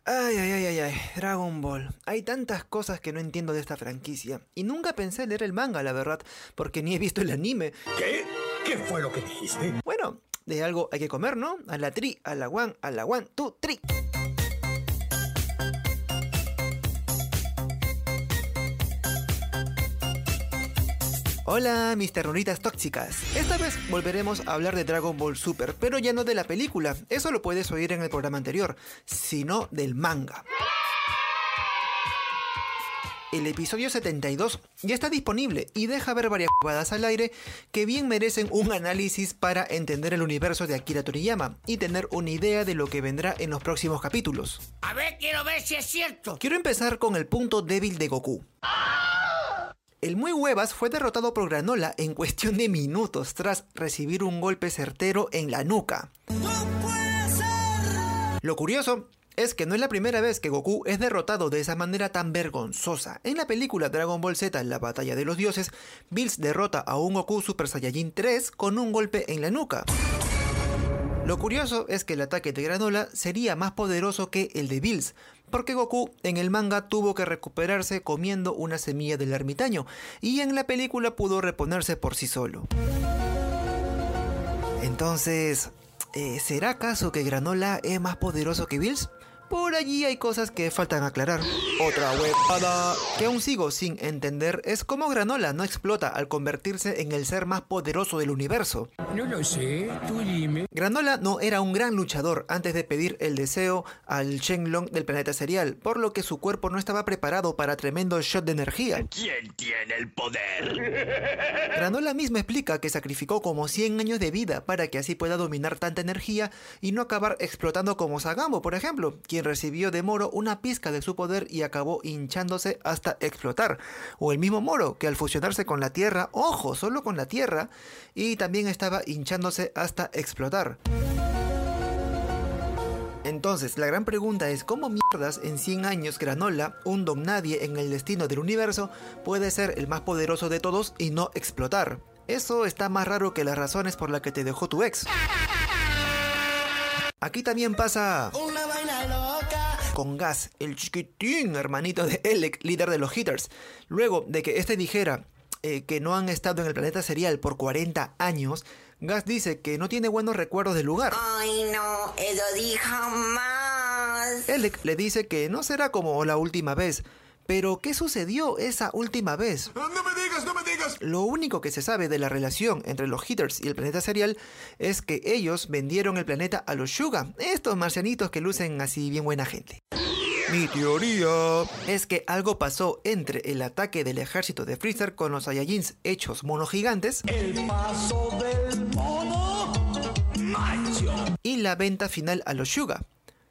Ay, Dragon Ball. Hay tantas cosas que no entiendo de esta franquicia. Y nunca pensé leer el manga, la verdad, porque ni he visto el anime. ¿Qué? ¿Qué fue lo que dijiste? Bueno, de algo hay que comer, ¿no? A la tri, a la one, two, three. Hola, mis ternuritas tóxicas. Esta vez volveremos a hablar de Dragon Ball Super, pero ya no de la película, eso lo puedes oír en el programa anterior, sino del manga. El episodio 72 ya está disponible y deja ver varias jugadas al aire que bien merecen un análisis para entender el universo de Akira Toriyama y tener una idea de lo que vendrá en los próximos capítulos. A ver, quiero ver si es cierto. Quiero empezar con el punto débil de Goku. El muy huevas fue derrotado por Granola en cuestión de minutos tras recibir un golpe certero en la nuca. ¡No puede ser! Lo curioso es que no es la primera vez que Goku es derrotado de esa manera tan vergonzosa. En la película Dragon Ball Z, la batalla de los dioses, Bills derrota a un Goku Super Saiyajin 3 con un golpe en la nuca. Lo curioso es que el ataque de Granola sería más poderoso que el de Bills, porque Goku en el manga tuvo que recuperarse comiendo una semilla del ermitaño, y en la película pudo reponerse por sí solo. Entonces, ¿será acaso que Granola es más poderoso que Bills? Por allí hay cosas que faltan aclarar. Otra huevada que aún sigo sin entender es cómo Granola no explota al convertirse en el ser más poderoso del universo. No lo sé, tú dime. Granola no era un gran luchador antes de pedir el deseo al Shenlong del planeta cereal, por lo que su cuerpo no estaba preparado para tremendo shot de energía. ¿Quién tiene el poder? Granola misma explica que sacrificó como 100 años de vida para que así pueda dominar tanta energía y no acabar explotando como Sagambo, por ejemplo, quien recibió de Moro una pizca de su poder y acabó hinchándose hasta explotar. O el mismo Moro, que al fusionarse con la Tierra, ojo, solo con la Tierra, y también estaba hinchándose hasta explotar. Entonces, la gran pregunta es ¿cómo mierdas en 100 años Granola, un don nadie en el destino del universo, puede ser el más poderoso de todos y no explotar? Eso está más raro que las razones por las que te dejó tu ex. Aquí también pasa Una vaina loca. con Gas, el chiquitín hermanito de Elec, líder de los Hitters. Luego de que este dijera que no han estado en el planeta cereal por 40 años, Gas dice que no tiene buenos recuerdos del lugar. Ay, no, eso dijo más. Elec le dice que no será como la última vez. Pero, ¿qué sucedió esa última vez? No me digas, no me digas. Lo único que se sabe de la relación entre los Hitters y el planeta cereal es que ellos vendieron el planeta a los Shuga, estos marcianitos que lucen así bien buena gente. Mi teoría es que algo pasó entre el ataque del ejército de Freezer con los Saiyajins hechos monogigantes El paso del mono macho. y la venta final a los Shuga.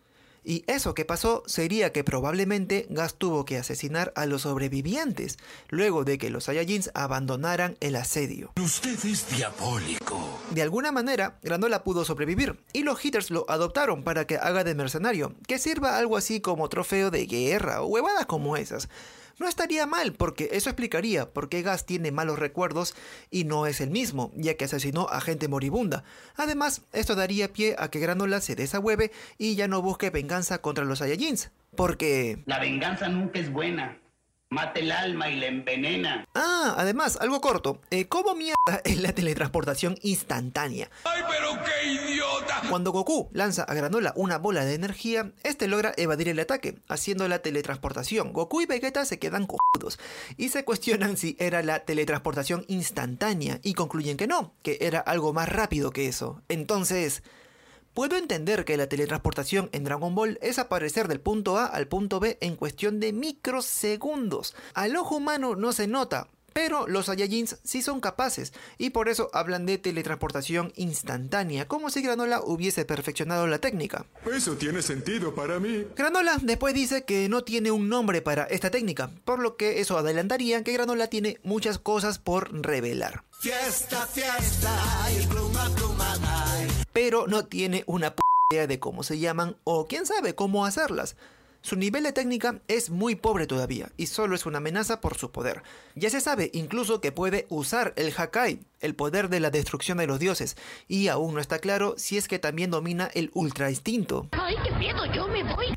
Y eso que pasó sería que probablemente Gas tuvo que asesinar a los sobrevivientes luego de que los Saiyajins abandonaran el asedio. Usted es diabólico. De alguna manera, Granola pudo sobrevivir y los Hitters lo adoptaron para que haga de mercenario, que sirva algo así como trofeo de guerra o huevadas como esas. No estaría mal, porque eso explicaría por qué Gas tiene malos recuerdos y no es el mismo, ya que asesinó a gente moribunda. Además, esto daría pie a que Granola se desahueve y ya no busque venganza contra los Saiyajins, porque... La venganza nunca es buena. Mata el alma y la envenena. Además, algo corto. ¿Cómo mierda es la teletransportación instantánea? ¡Ay, pero qué idiota! Cuando Goku lanza a Granola una bola de energía, este logra evadir el ataque, haciendo la teletransportación. Goku y Vegeta se quedan cojudos y se cuestionan si era la teletransportación instantánea y concluyen que no, que era algo más rápido que eso. Entonces... puedo entender que la teletransportación en Dragon Ball es aparecer del punto A al punto B en cuestión de microsegundos. Al ojo humano no se nota, pero los Saiyajins sí son capaces, y por eso hablan de teletransportación instantánea, como si Granola hubiese perfeccionado la técnica. Eso tiene sentido para mí. Granola después dice que no tiene un nombre para esta técnica, por lo que eso adelantaría que Granola tiene muchas cosas por revelar. Fiesta, fiesta, y pluma, pluma, ay. Pero no tiene una idea de cómo se llaman o quién sabe cómo hacerlas. Su nivel de técnica es muy pobre todavía y solo es una amenaza por su poder. Ya se sabe incluso que puede usar el Hakai, el poder de la destrucción de los dioses, y aún no está claro si es que también domina el Ultra Instinto. ¡Ay, qué miedo! ¡Yo me voy!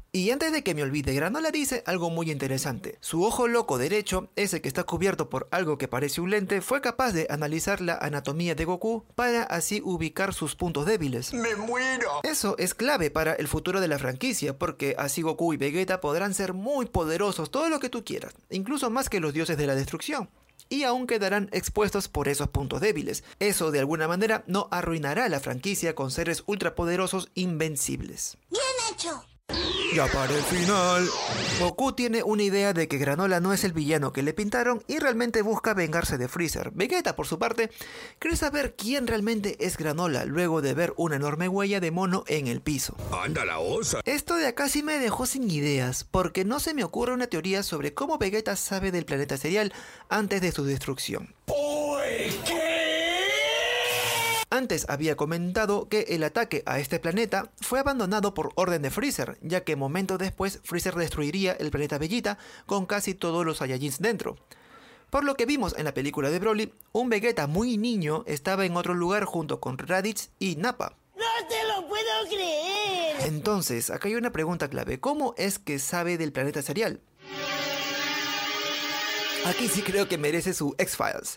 Y antes de que me olvide, Granola dice algo muy interesante. Su ojo loco derecho, ese que está cubierto por algo que parece un lente, fue capaz de analizar la anatomía de Goku para así ubicar sus puntos débiles. ¡Me muero! Eso es clave para el futuro de la franquicia, porque así Goku y Vegeta podrán ser muy poderosos, todo lo que tú quieras, incluso más que los dioses de la destrucción. Y aún quedarán expuestos por esos puntos débiles. Eso de alguna manera no arruinará la franquicia con seres ultrapoderosos invencibles. ¡Bien hecho! Ya para el final, Goku tiene una idea de que Granola no es el villano que le pintaron y realmente busca vengarse de Freezer. Vegeta, por su parte, quiere saber quién realmente es Granola luego de ver una enorme huella de mono en el piso. ¡Anda la osa! Esto de acá sí me dejó sin ideas, porque no se me ocurre una teoría sobre cómo Vegeta sabe del planeta cereal antes de su destrucción. Antes había comentado que el ataque a este planeta fue abandonado por orden de Freezer, ya que momentos después Freezer destruiría el planeta Vegeta con casi todos los Saiyajins dentro. Por lo que vimos en la película de Broly, un Vegeta muy niño estaba en otro lugar junto con Raditz y Nappa. ¡No te lo puedo creer! Entonces, acá hay una pregunta clave, ¿cómo es que sabe del planeta cereal? Aquí sí creo que merece su X-Files.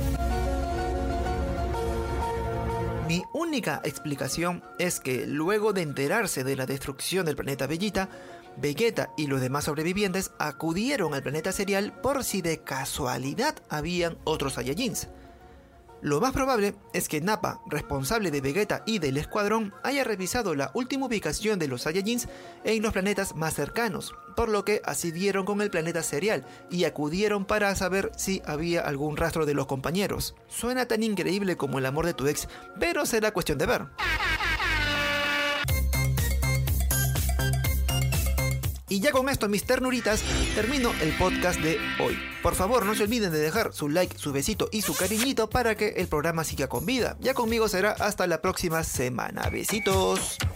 Mi única explicación es que luego de enterarse de la destrucción del planeta Vegeta, Vegeta y los demás sobrevivientes acudieron al planeta cereal por si de casualidad habían otros Saiyajins. Lo más probable es que Nappa, responsable de Vegeta y del escuadrón, haya revisado la última ubicación de los Saiyajins en los planetas más cercanos, por lo que así dieron con el planeta cereal y acudieron para saber si había algún rastro de los compañeros. Suena tan increíble como el amor de tu ex, pero será cuestión de ver. Y ya con esto, mis ternuritas, termino el podcast de hoy. Por favor, no se olviden de dejar su like, su besito y su cariñito para que el programa siga con vida. Ya conmigo será hasta la próxima semana. Besitos.